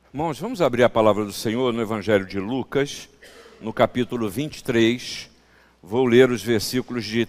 Irmãos, vamos abrir a palavra do Senhor no Evangelho de Lucas, no capítulo 23. Vou ler os versículos de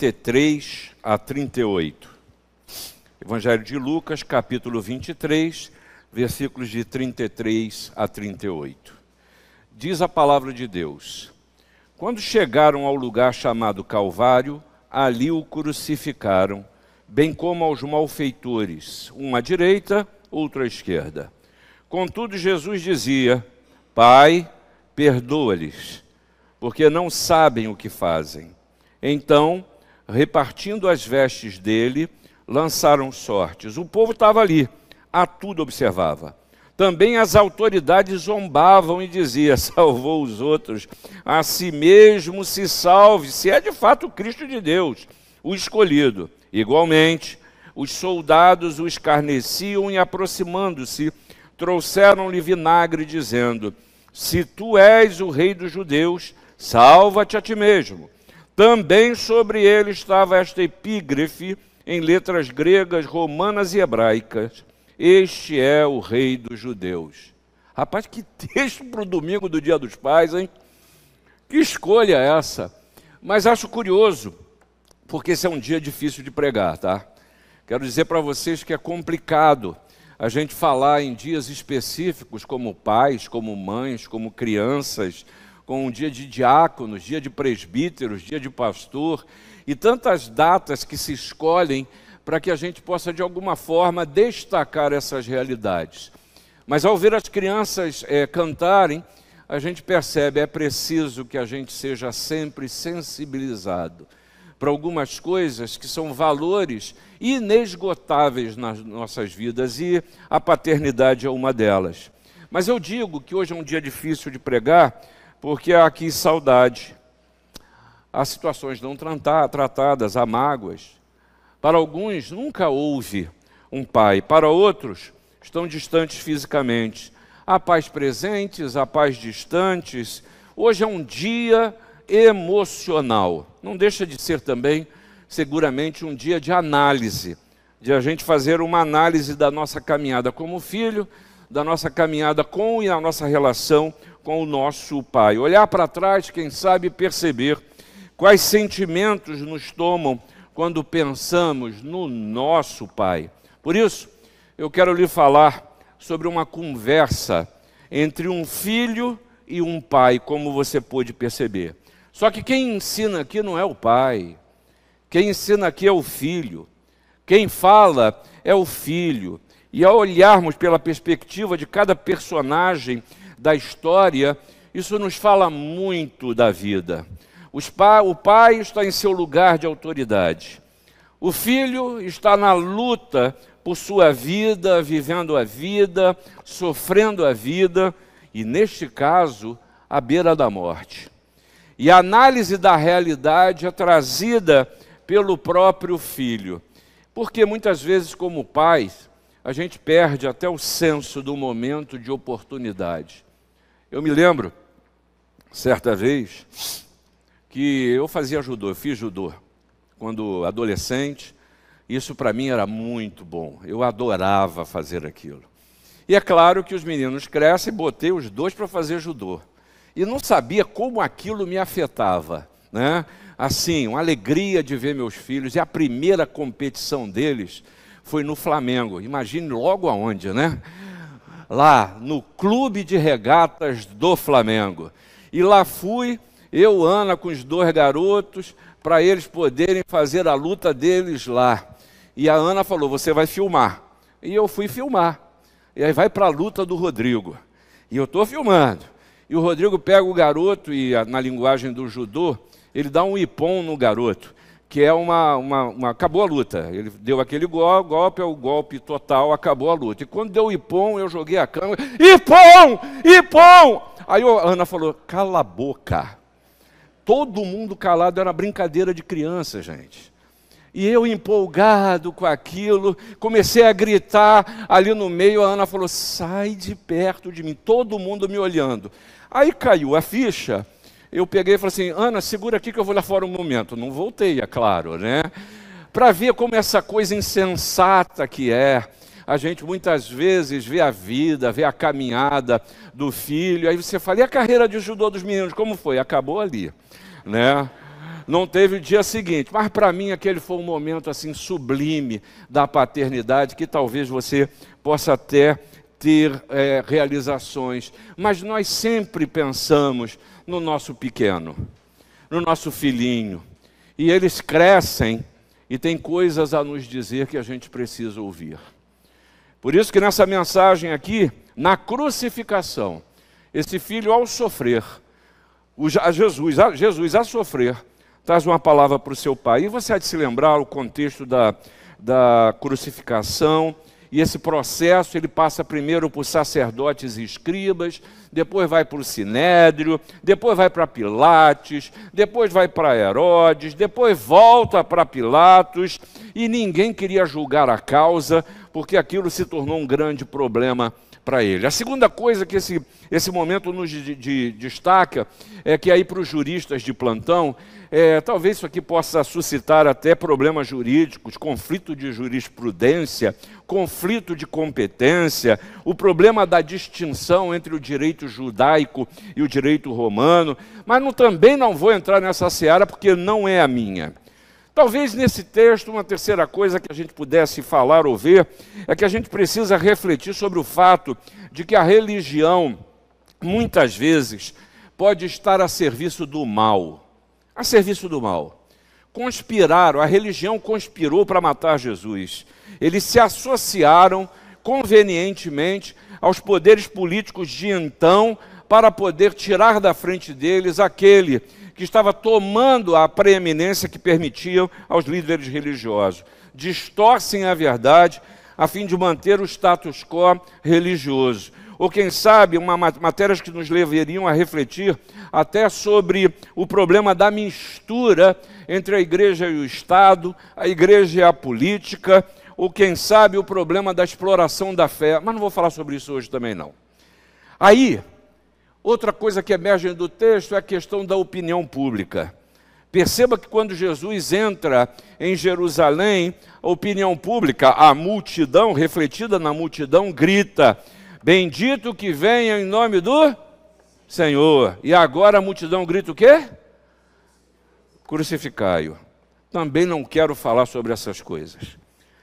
33 a 38. Evangelho de Lucas, capítulo 23, versículos de 33 a 38. Diz a palavra de Deus: Quando chegaram ao lugar chamado Calvário, ali o crucificaram, bem como aos malfeitores, um à direita, outro à esquerda. Contudo, Jesus dizia: Pai, perdoa-lhes, porque não sabem o que fazem. Então, repartindo as vestes dele, lançaram sortes. O povo estava ali, a tudo observava. Também as autoridades zombavam e diziam: salvou os outros, a si mesmo se salve, se é de fato o Cristo de Deus, o escolhido. Igualmente, os soldados o escarneciam e, aproximando-se, trouxeram-lhe vinagre, dizendo: se tu és o rei dos judeus, salva-te a ti mesmo. Também sobre ele estava esta epígrafe em letras gregas, romanas e hebraicas: este é o rei dos judeus. Rapaz, que texto para o domingo do Dia dos Pais, hein? Que escolha é essa? Mas acho curioso, porque esse é um dia difícil de pregar, tá? Quero dizer para vocês que é complicado a gente falar em dias específicos, como pais, como mães, como crianças, com um dia de diáconos, dia de presbíteros, dia de pastor, e tantas datas que se escolhem para que a gente possa, de alguma forma, destacar essas realidades. Mas ao ver as crianças cantarem, a gente percebe, é preciso que a gente seja sempre sensibilizado para algumas coisas que são valores inesgotáveis nas nossas vidas, e a paternidade é uma delas. Mas eu digo que hoje é um dia difícil de pregar, porque há aqui saudade, há situações não tratadas, há mágoas. Para alguns nunca houve um pai, para outros estão distantes fisicamente. Há pais presentes, há pais distantes. Hoje é um dia emocional. Não deixa de ser também, seguramente, um dia de análise, de a gente fazer uma análise da nossa caminhada como filho, da nossa caminhada com e a nossa relação com o nosso pai. Olhar para trás, quem sabe perceber quais sentimentos nos tomam quando pensamos no nosso pai. Por isso, eu quero lhe falar sobre uma conversa entre um filho e um pai, como você pôde perceber. Só que quem ensina aqui não é o pai, quem ensina aqui é o filho, quem fala é o filho. E ao olharmos pela perspectiva de cada personagem da história, isso nos fala muito da vida. O pai está em seu lugar de autoridade, o filho está na luta por sua vida, vivendo a vida, sofrendo a vida, e neste caso, à beira da morte. E a análise da realidade é trazida pelo próprio filho. Porque muitas vezes, como pais, a gente perde até o senso do momento de oportunidade. Eu me lembro, certa vez, que eu fazia judô, eu fiz judô quando adolescente. Isso para mim era muito bom, eu adorava fazer aquilo. E é claro que os meninos crescem, botei os dois para fazer judô. E não sabia como aquilo me afetava, né? Assim, uma alegria de ver meus filhos. E a primeira competição deles foi no Flamengo. Imagine logo aonde, né? Lá, no Clube de Regatas do Flamengo. E lá fui, eu, Ana, com os dois garotos, para eles poderem fazer a luta deles lá. E a Ana falou: você vai filmar. E eu fui filmar. E aí vai para a luta do Rodrigo. E eu estou filmando. E o Rodrigo pega o garoto e, na linguagem do judô, ele dá um ippon no garoto, que é acabou a luta. Ele deu aquele golpe, é o golpe total, acabou a luta. E quando deu o ippon, eu joguei a câmera: ippon! Ippon! Aí a Ana falou: cala a boca. Todo mundo calado, era brincadeira de criança, gente. E eu, empolgado com aquilo, comecei a gritar ali no meio. A Ana falou: sai de perto de mim, todo mundo me olhando. Aí caiu a ficha, eu peguei e falei assim: Ana, segura aqui que eu vou lá fora um momento. Não voltei, é claro, né? Para ver como essa coisa insensata que é. A gente muitas vezes vê a vida, vê a caminhada do filho, aí você fala, e a carreira de judô dos meninos, como foi? Acabou ali, né? Não teve o dia seguinte, mas para mim aquele foi um momento assim sublime da paternidade, que talvez você possa até ter realizações, mas nós sempre pensamos no nosso pequeno, no nosso filhinho, e eles crescem e têm coisas a nos dizer que a gente precisa ouvir. Por isso que nessa mensagem aqui, na crucificação, esse filho ao sofrer, Jesus a sofrer, traz uma palavra para o seu pai. E você há de se lembrar o contexto da crucificação, e esse processo ele passa primeiro por sacerdotes e escribas, depois vai para o Sinédrio, depois vai para Pilatos, depois vai para Herodes, depois volta para Pilatos, e ninguém queria julgar a causa, porque aquilo se tornou um grande problema para ele. A segunda coisa que esse momento nos destaca é que aí para os juristas de plantão, talvez isso aqui possa suscitar até problemas jurídicos, conflito de jurisprudência, conflito de competência, o problema da distinção entre o direito judaico e o direito romano, mas também não vou entrar nessa seara porque não é a minha. Talvez nesse texto, uma terceira coisa que a gente pudesse falar ou ver, é que a gente precisa refletir sobre o fato de que a religião, muitas vezes, pode estar a serviço do mal. A serviço do mal. A religião conspirou para matar Jesus. Eles se associaram convenientemente aos poderes políticos de então, para poder tirar da frente deles aquele que estava tomando a preeminência que permitiam aos líderes religiosos. Distorcem a verdade a fim de manter o status quo religioso. Ou quem sabe, matérias que nos levariam a refletir até sobre o problema da mistura entre a igreja e o Estado, a igreja e a política, ou quem sabe o problema da exploração da fé. Mas não vou falar sobre isso hoje também não. Aí, outra coisa que emerge do texto é a questão da opinião pública. Perceba que quando Jesus entra em Jerusalém, a opinião pública, a multidão, refletida na multidão, grita: bendito que venha em nome do Senhor. E agora a multidão grita o quê? Crucificai-o. Também não quero falar sobre essas coisas,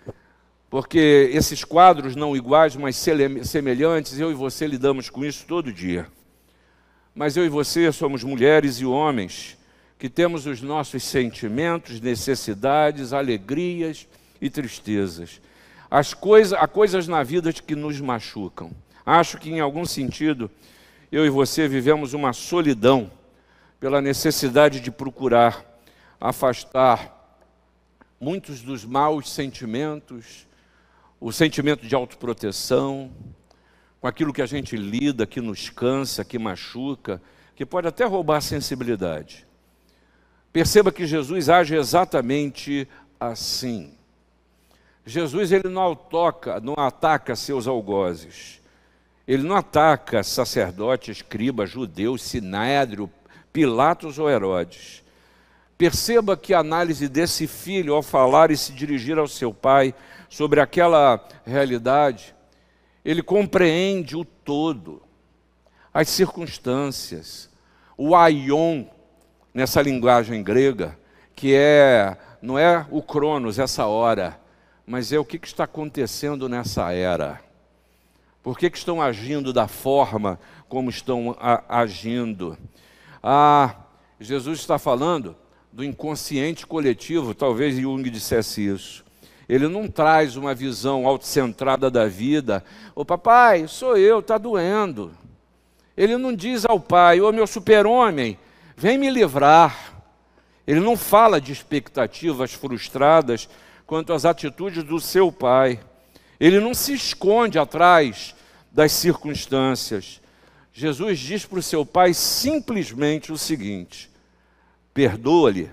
porque esses quadros não iguais, mas semelhantes, eu e você lidamos com isso todo dia. Mas eu e você somos mulheres e homens que temos os nossos sentimentos, necessidades, alegrias e tristezas. Há coisas na vida que nos machucam. Acho que, em algum sentido, eu e você vivemos uma solidão pela necessidade de procurar afastar muitos dos maus sentimentos, o sentimento de autoproteção, com aquilo que a gente lida, que nos cansa, que machuca, que pode até roubar a sensibilidade. Perceba que Jesus age exatamente assim. Jesus ele não ataca seus algozes. Ele não ataca sacerdote, escriba, judeu, sinédrio, Pilatos ou Herodes. Perceba que a análise desse filho ao falar e se dirigir ao seu pai sobre aquela realidade, ele compreende o todo, as circunstâncias, o aion, nessa linguagem grega, que não é o cronos, essa hora, mas é o que está acontecendo nessa era. Por que estão agindo da forma como estão agindo? Jesus está falando do inconsciente coletivo, talvez Jung dissesse isso. Ele não traz uma visão autocentrada da vida. Ô papai, sou eu, está doendo. Ele não diz ao pai: ô meu super-homem, vem me livrar. Ele não fala de expectativas frustradas quanto às atitudes do seu pai. Ele não se esconde atrás das circunstâncias. Jesus diz para o seu pai simplesmente o seguinte: perdoa-lhes,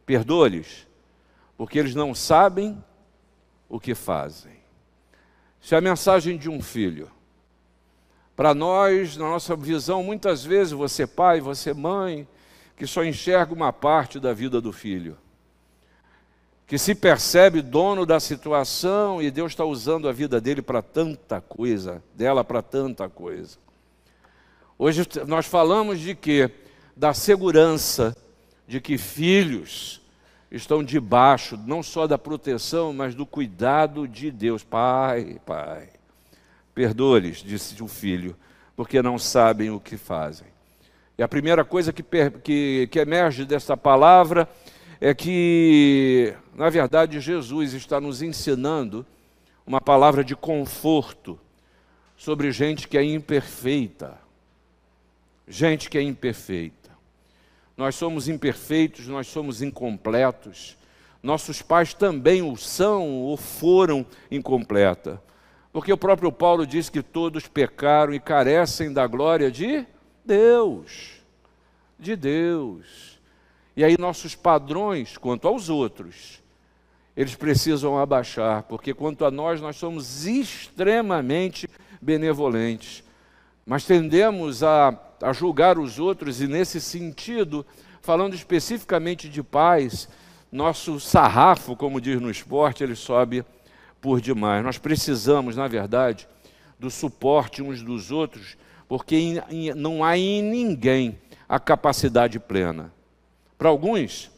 porque eles não sabem o que fazem. Isso é a mensagem de um filho. Para nós, na nossa visão, muitas vezes, você pai, você mãe, que só enxerga uma parte da vida do filho. que se percebe dono da situação e Deus está usando a vida dele para tanta coisa, dela para tanta coisa. Hoje nós falamos de quê? Da segurança de que filhos estão debaixo, não só da proteção, mas do cuidado de Deus. Pai, perdoa-lhes, disse o filho, porque não sabem o que fazem. E a primeira coisa que emerge dessa palavra é que, na verdade, Jesus está nos ensinando uma palavra de conforto sobre gente que é imperfeita. Gente que é imperfeita. Nós somos imperfeitos, nós somos incompletos. Nossos pais também o são ou foram incompleta. Porque o próprio Paulo diz que todos pecaram e carecem da glória de Deus. De Deus. E aí nossos padrões, quanto aos outros, eles precisam abaixar, porque quanto a nós somos extremamente benevolentes. Mas tendemos a julgar os outros e, nesse sentido, falando especificamente de pais, nosso sarrafo, como diz no esporte, ele sobe por demais. Nós precisamos, na verdade, do suporte uns dos outros, porque não há em ninguém a capacidade plena. Para alguns,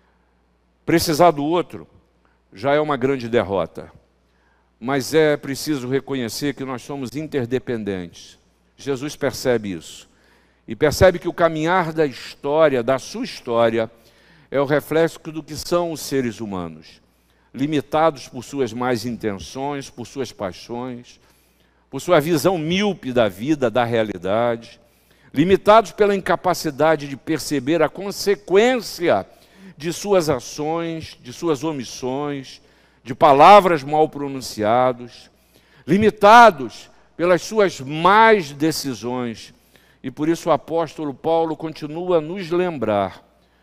precisar do outro já é uma grande derrota. Mas é preciso reconhecer que nós somos interdependentes. Jesus percebe isso. E percebe que o caminhar da história, da sua história, é o reflexo do que são os seres humanos. Limitados por suas más intenções, por suas paixões, por sua visão míope da vida, da realidade. Limitados pela incapacidade de perceber a consequência de suas ações, de suas omissões, de palavras mal pronunciadas, limitados pelas suas más decisões. E por isso o apóstolo Paulo continua a nos lembrar,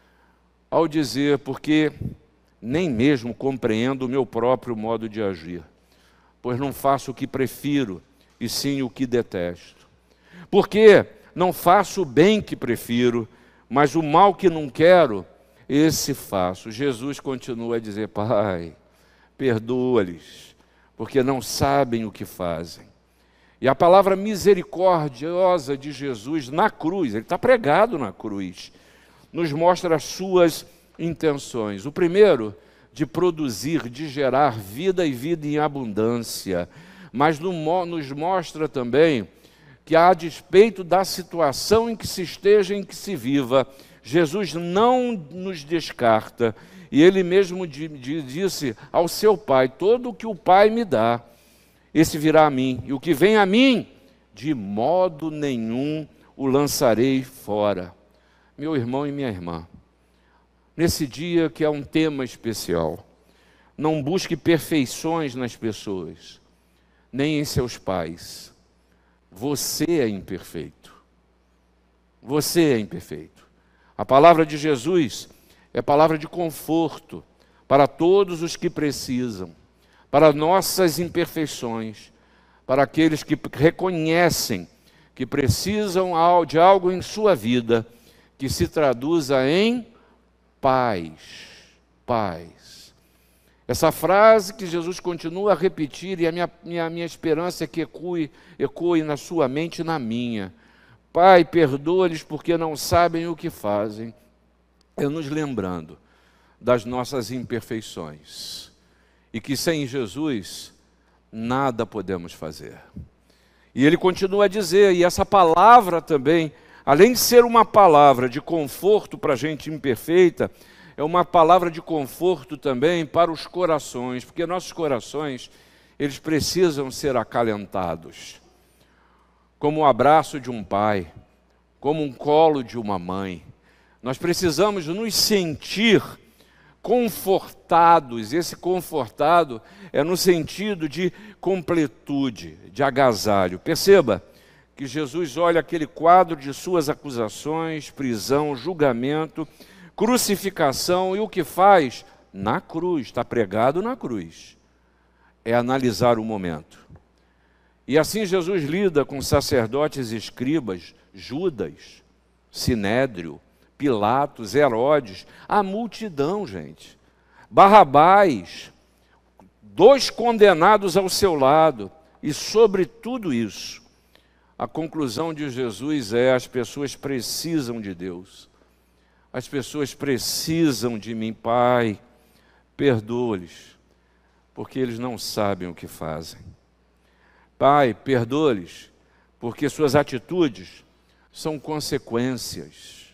ao dizer, porque nem mesmo compreendo o meu próprio modo de agir, pois não faço o que prefiro, e sim o que detesto. Porque não faço o bem que prefiro, mas o mal que não quero, esse faço. Jesus continua a dizer, Pai, perdoa-lhes, porque não sabem o que fazem. E a palavra misericordiosa de Jesus na cruz, ele está pregado na cruz, nos mostra as suas intenções. O primeiro, de produzir, de gerar vida e vida em abundância. Mas nos mostra também que, a despeito da situação em que se esteja, em que se viva, Jesus não nos descarta. E ele mesmo disse ao seu Pai, todo o que o Pai me dá, esse virá a mim. E o que vem a mim, de modo nenhum o lançarei fora. Meu irmão e minha irmã, nesse dia que é um tema especial, não busque perfeições nas pessoas, nem em seus pais. Você é imperfeito. Você é imperfeito. A palavra de Jesus é palavra de conforto para todos os que precisam, para nossas imperfeições, para aqueles que reconhecem que precisam de algo em sua vida que se traduza em paz. Paz. Essa frase que Jesus continua a repetir, e a minha esperança é que ecoe na sua mente e na minha. Pai, perdoa-lhes porque não sabem o que fazem. É nos lembrando das nossas imperfeições. E que sem Jesus, nada podemos fazer. E ele continua a dizer, e essa palavra também, além de ser uma palavra de conforto para a gente imperfeita, é uma palavra de conforto também para os corações, porque nossos corações, eles precisam ser acalentados. Como o abraço de um pai, como um colo de uma mãe. Nós precisamos nos sentir confortados. Esse confortado é no sentido de completude, de agasalho. Perceba que Jesus olha aquele quadro de suas acusações, prisão, julgamento, crucificação, e o que faz? Na cruz, está pregado na cruz. É analisar o momento. E assim Jesus lida com sacerdotes e escribas, Judas, Sinédrio, Pilatos, Herodes, a multidão, gente. Barrabás, 2 condenados ao seu lado. E sobre tudo isso, a conclusão de Jesus é: as pessoas precisam de Deus. As pessoas precisam de mim. Pai, perdoa-lhes, porque eles não sabem o que fazem. Pai, perdoa-lhes, porque suas atitudes são consequências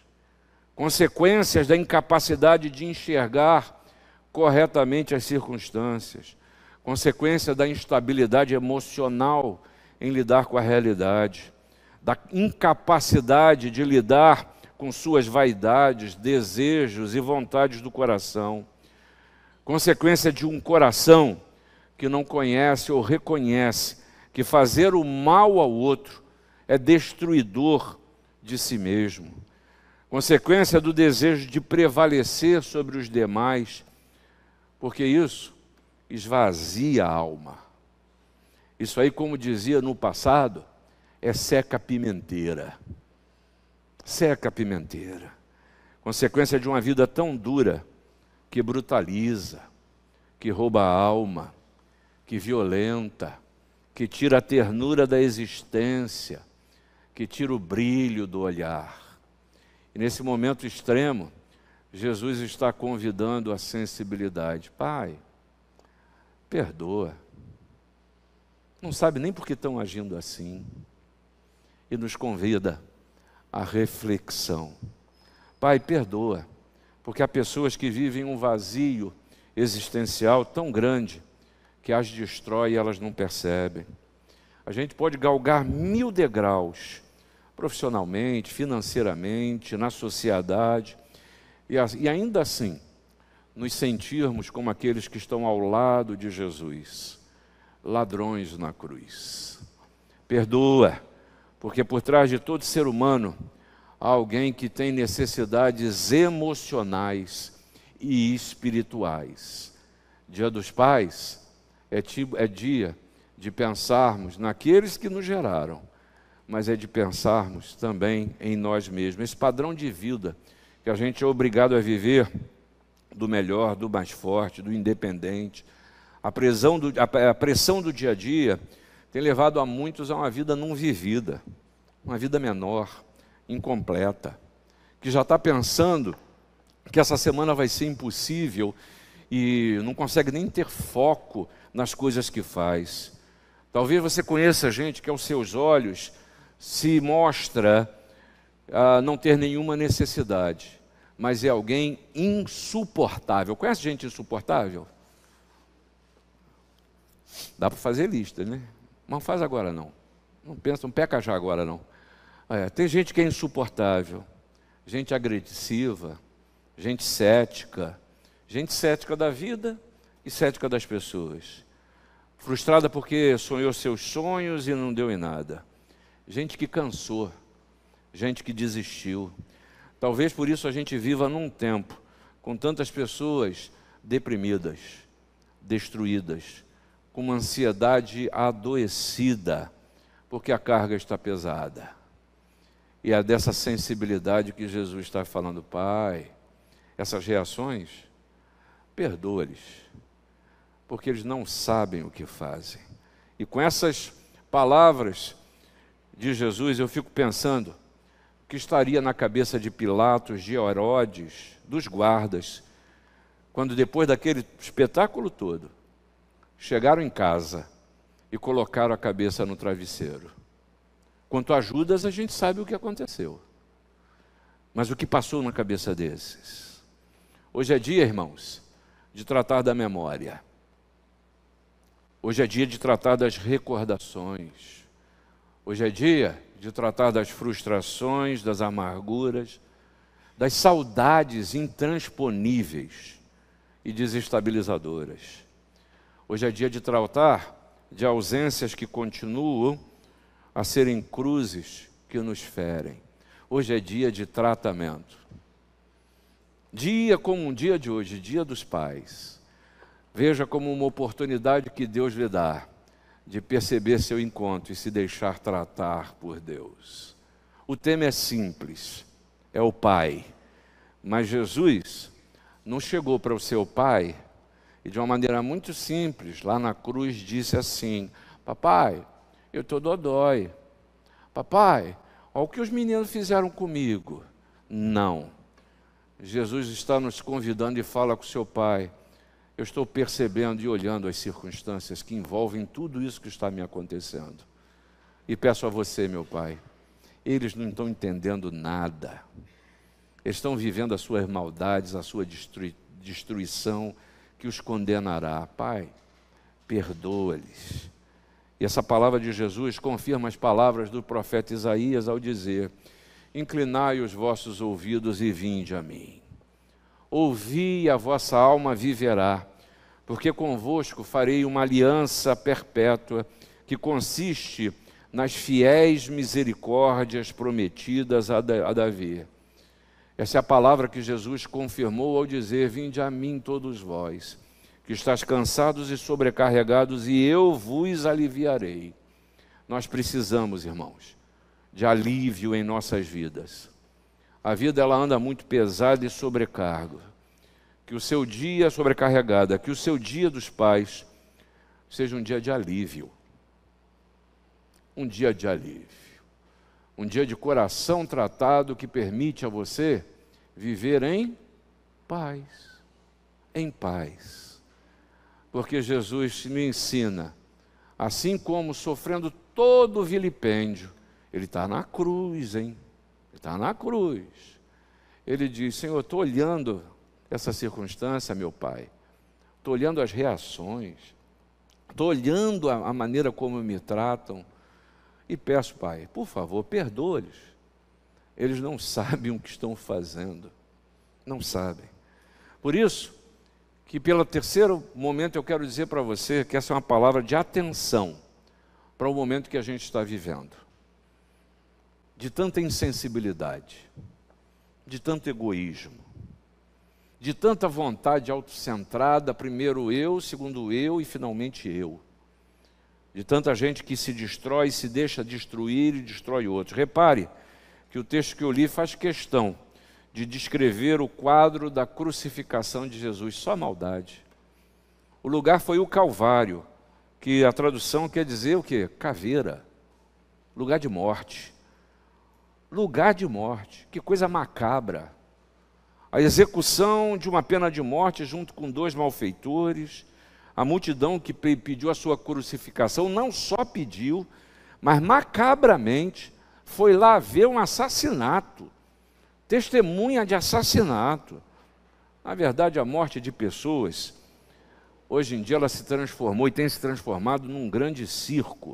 da incapacidade de enxergar corretamente as circunstâncias, consequência da instabilidade emocional em lidar com a realidade, da incapacidade de lidar com suas vaidades, desejos e vontades do coração, consequência de um coração que não conhece ou reconhece que fazer o mal ao outro é destruidor de si mesmo, consequência do desejo de prevalecer sobre os demais, porque isso esvazia a alma. Isso aí, como dizia no passado, é seca-pimenteira. Seca-pimenteira. Consequência de uma vida tão dura que brutaliza, que rouba a alma, que violenta, que tira a ternura da existência, que tira o brilho do olhar. E nesse momento extremo, Jesus está convidando a sensibilidade. Pai, perdoa. Não sabe nem por que estão agindo assim. E nos convida à reflexão. Pai, perdoa, porque há pessoas que vivem um vazio existencial tão grande que as destrói e elas não percebem. A gente pode galgar 1000 degraus, profissionalmente, financeiramente, na sociedade, e ainda assim nos sentirmos como aqueles que estão ao lado de Jesus, ladrões na cruz. Perdoa, porque por trás de todo ser humano há alguém que tem necessidades emocionais e espirituais. Dia dos Pais é dia de pensarmos naqueles que nos geraram, mas é de pensarmos também em nós mesmos. Esse padrão de vida que a gente é obrigado a viver, do melhor, do mais forte, do independente, a pressão do dia a dia tem levado a muitos a uma vida não vivida, uma vida menor, incompleta, que já está pensando que essa semana vai ser impossível e não consegue nem ter foco nas coisas que faz. Talvez você conheça gente que aos seus olhos se mostra não ter nenhuma necessidade, mas é alguém insuportável. Conhece gente insuportável? Dá para fazer lista, né? Mas não faz agora não. Não peca já agora não. Tem gente que é insuportável, gente agressiva, gente cética da vida e cética das pessoas. Frustrada porque sonhou seus sonhos e não deu em nada. Gente que cansou, gente que desistiu. Talvez por isso a gente viva num tempo com tantas pessoas deprimidas, destruídas, com uma ansiedade adoecida, porque a carga está pesada. E é dessa sensibilidade que Jesus está falando. Pai, essas reações, perdoa-lhes, porque eles não sabem o que fazem. E com essas palavras de Jesus, eu fico pensando o que estaria na cabeça de Pilatos, de Herodes, dos guardas, quando depois daquele espetáculo todo, chegaram em casa e colocaram a cabeça no travesseiro. Quanto a Judas, a gente sabe o que aconteceu. Mas o que passou na cabeça desses? Hoje é dia, irmãos, de tratar da memória. Hoje é dia de tratar das recordações. Hoje é dia de tratar das frustrações, das amarguras, das saudades intransponíveis e desestabilizadoras. Hoje é dia de tratar de ausências que continuam a serem cruzes que nos ferem. Hoje é dia de tratamento. Dia como um dia de hoje, dia dos pais. Veja como uma oportunidade que Deus lhe dá de perceber seu encontro e se deixar tratar por Deus. O tema é simples, é o Pai. Mas Jesus não chegou para o seu Pai E de uma maneira muito simples, lá na cruz disse assim: papai, eu estou dodói. Papai, olha o que os meninos fizeram comigo. Não. Jesus está nos convidando e fala com o seu pai: eu estou percebendo e olhando as circunstâncias que envolvem tudo isso que está me acontecendo. E peço a você, meu pai, eles não estão entendendo nada. Eles estão vivendo as suas maldades, a sua destruição que os condenará. Pai, perdoa-lhes. E essa palavra de Jesus confirma as palavras do profeta Isaías ao dizer: inclinai os vossos ouvidos e vinde a mim. Ouvi e a vossa alma viverá, porque convosco farei uma aliança perpétua que consiste nas fiéis misericórdias prometidas a Davi. Essa é a palavra que Jesus confirmou ao dizer: vinde a mim todos vós, que estáis cansados e sobrecarregados, e eu vos aliviarei. Nós precisamos, irmãos, de alívio em nossas vidas. A vida ela anda muito pesada e sobrecarga. Que o seu dia sobrecarregada, que o seu dia dos pais seja um dia de alívio. Um dia de alívio. Um dia de coração tratado que permite a você viver em paz. Em paz. Porque Jesus me ensina, assim como sofrendo todo o vilipêndio, ele está na cruz, hein? Ele está na cruz. Ele diz: Senhor, eu estou olhando essa circunstância, meu Pai. Estou olhando as reações. Estou olhando a maneira como me tratam. E peço, Pai, por favor, perdoa-lhes. Eles não sabem o que estão fazendo. Não sabem. Por isso, que pelo terceiro momento eu quero dizer para você que essa é uma palavra de atenção para o momento que a gente está vivendo. De tanta insensibilidade, de tanto egoísmo, de tanta vontade autocentrada, primeiro eu, segundo eu e finalmente eu. De tanta gente que se destrói, se deixa destruir e destrói outros. Repare que o texto que eu li faz questão de descrever o quadro da crucificação de Jesus, só maldade. O lugar foi o Calvário, que a tradução quer dizer o quê? Caveira, lugar de morte. Lugar de morte, que coisa macabra. A execução de uma pena de morte junto com 2 malfeitores. A multidão que pediu a sua crucificação não só pediu, mas macabramente foi lá ver um assassinato. Testemunha de assassinato. Na verdade, a morte de pessoas, hoje em dia ela se transformou e tem se transformado num grande circo.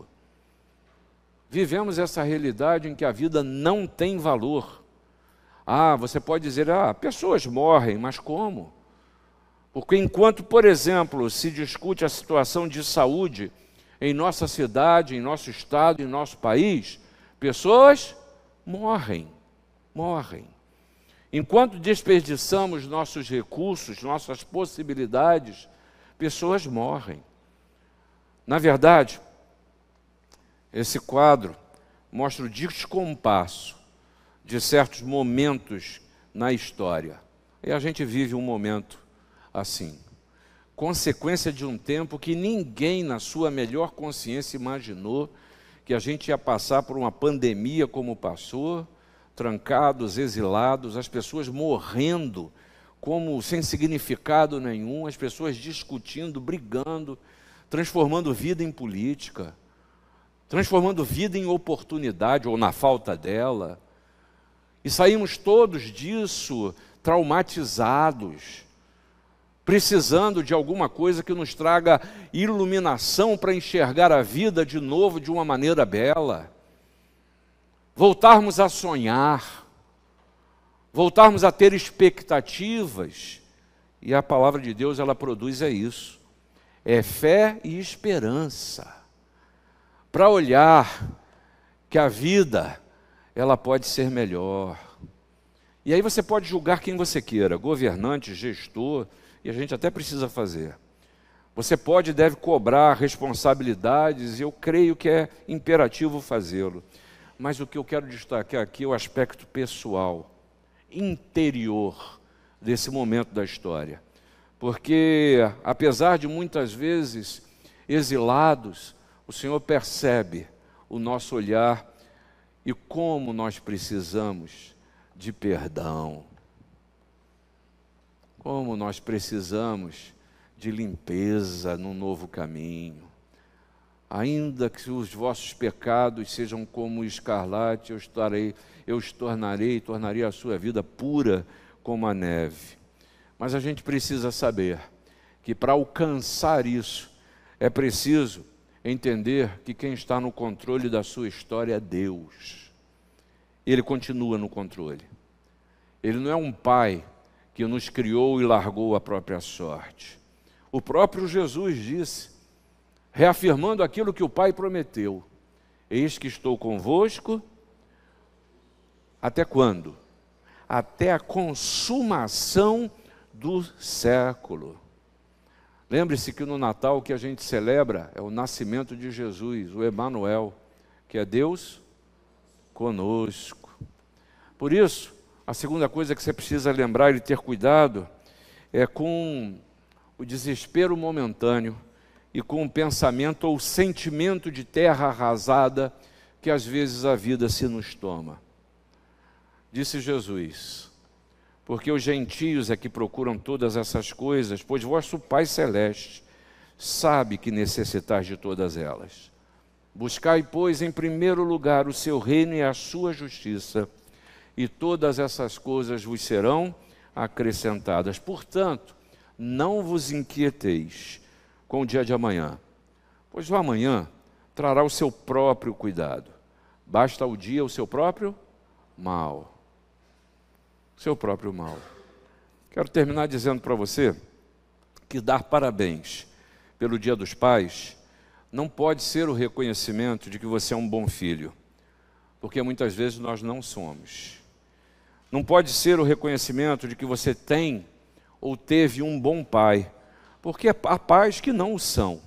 Vivemos essa realidade em que a vida não tem valor. Você pode dizer, pessoas morrem, mas como? Porque enquanto, por exemplo, se discute a situação de saúde em nossa cidade, em nosso estado, em nosso país, pessoas morrem. Enquanto desperdiçamos nossos recursos, nossas possibilidades, pessoas morrem. Na verdade, esse quadro mostra o descompasso de certos momentos na história. E a gente vive um momento assim, consequência de um tempo que ninguém na sua melhor consciência imaginou que a gente ia passar por uma pandemia como passou, trancados, exilados, as pessoas morrendo como sem significado nenhum, as pessoas discutindo, brigando, transformando vida em política, transformando vida em oportunidade ou na falta dela. E saímos todos disso traumatizados, precisando de alguma coisa que nos traga iluminação para enxergar a vida de novo de uma maneira bela. Voltarmos a sonhar, voltarmos a ter expectativas. E a palavra de Deus, ela produz isso. É fé e esperança. Para olhar que a vida, ela pode ser melhor. E aí você pode julgar quem você queira, governante, gestor, e a gente até precisa fazer. Você pode e deve cobrar responsabilidades, e eu creio que é imperativo fazê-lo. Mas o que eu quero destacar aqui é o aspecto pessoal, interior desse momento da história. porque apesar de muitas vezes exilados, o Senhor percebe o nosso olhar e como nós precisamos de perdão, como nós precisamos de limpeza no novo caminho. Ainda que os vossos pecados sejam como o escarlate, eu os tornarei a sua vida pura como a neve. Mas a gente precisa saber que para alcançar isso, é preciso entender que quem está no controle da sua história é Deus. Ele continua no controle. Ele não é um pai que nos criou e largou a própria sorte. O próprio Jesus disse, reafirmando aquilo que o Pai prometeu: eis que estou convosco, até quando? Até a consumação do século. Lembre-se que no Natal o que a gente celebra é o nascimento de Jesus, o Emanuel, que é Deus conosco. Por isso, a segunda coisa que você precisa lembrar e ter cuidado é com o desespero momentâneo e com o pensamento ou sentimento de terra arrasada que às vezes a vida se nos toma. Disse Jesus, porque os gentios é que procuram todas essas coisas, pois vosso Pai Celeste sabe que necessitais de todas elas. Buscai, pois, em primeiro lugar o seu reino e a sua justiça, e todas essas coisas vos serão acrescentadas. Portanto, não vos inquieteis com o dia de amanhã, pois o amanhã trará o seu próprio cuidado. Basta ao dia o seu próprio mal. Seu próprio mal. Quero terminar dizendo para você que dar parabéns pelo Dia dos Pais não pode ser o reconhecimento de que você é um bom filho, porque muitas vezes nós não somos. Não pode ser o reconhecimento de que você tem ou teve um bom pai, porque há pais que não o são,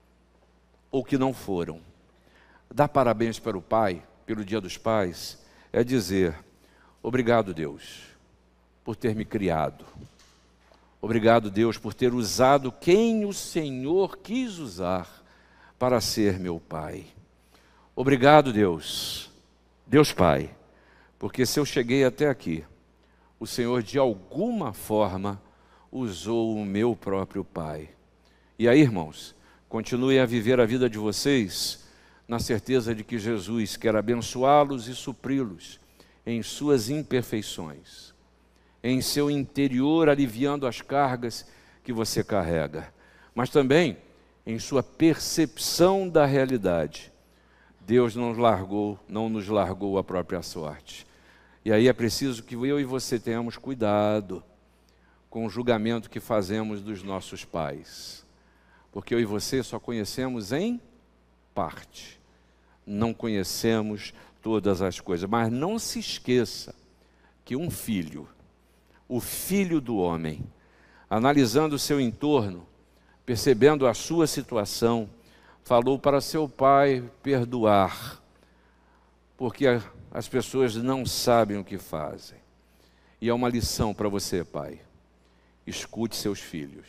ou que não foram. Dar parabéns para o pai, pelo Dia dos Pais, é dizer: obrigado, Deus, por ter me criado. Obrigado, Deus, por ter usado quem o Senhor quis usar para ser meu pai. Obrigado, Deus, Deus Pai, porque se eu cheguei até aqui, o Senhor de alguma forma usou o meu próprio pai. E aí, irmãos, continuem a viver a vida de vocês na certeza de que Jesus quer abençoá-los e supri-los em suas imperfeições, em seu interior aliviando as cargas que você carrega, mas também em sua percepção da realidade. Deus não nos largou a própria sorte. E aí é preciso que eu e você tenhamos cuidado com o julgamento que fazemos dos nossos pais, porque eu e você só conhecemos em parte, não conhecemos todas as coisas. Mas não se esqueça que um filho, o filho do homem, analisando o seu entorno, percebendo a sua situação, falou para seu pai perdoar, porque as pessoas não sabem o que fazem. E é uma lição para você, pai. Escute seus filhos.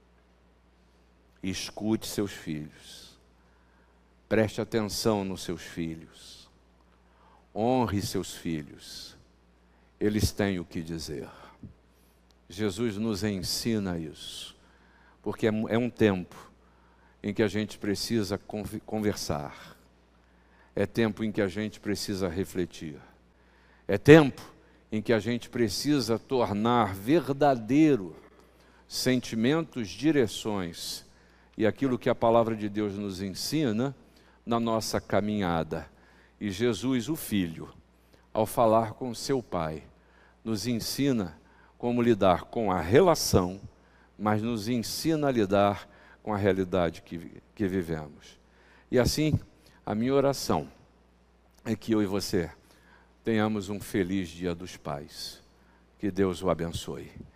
Escute seus filhos. Preste atenção nos seus filhos. Honre seus filhos. Eles têm o que dizer. Jesus nos ensina isso, porque é um tempo em que a gente precisa conversar. É tempo em que a gente precisa refletir. É tempo em que a gente precisa tornar verdadeiro sentimentos, direções e aquilo que a palavra de Deus nos ensina na nossa caminhada. E Jesus, o Filho, ao falar com seu Pai, nos ensina como lidar com a relação, mas nos ensina a lidar com a realidade que vivemos. E assim, a minha oração é que eu e você tenhamos um feliz Dia dos Pais. Que Deus o abençoe.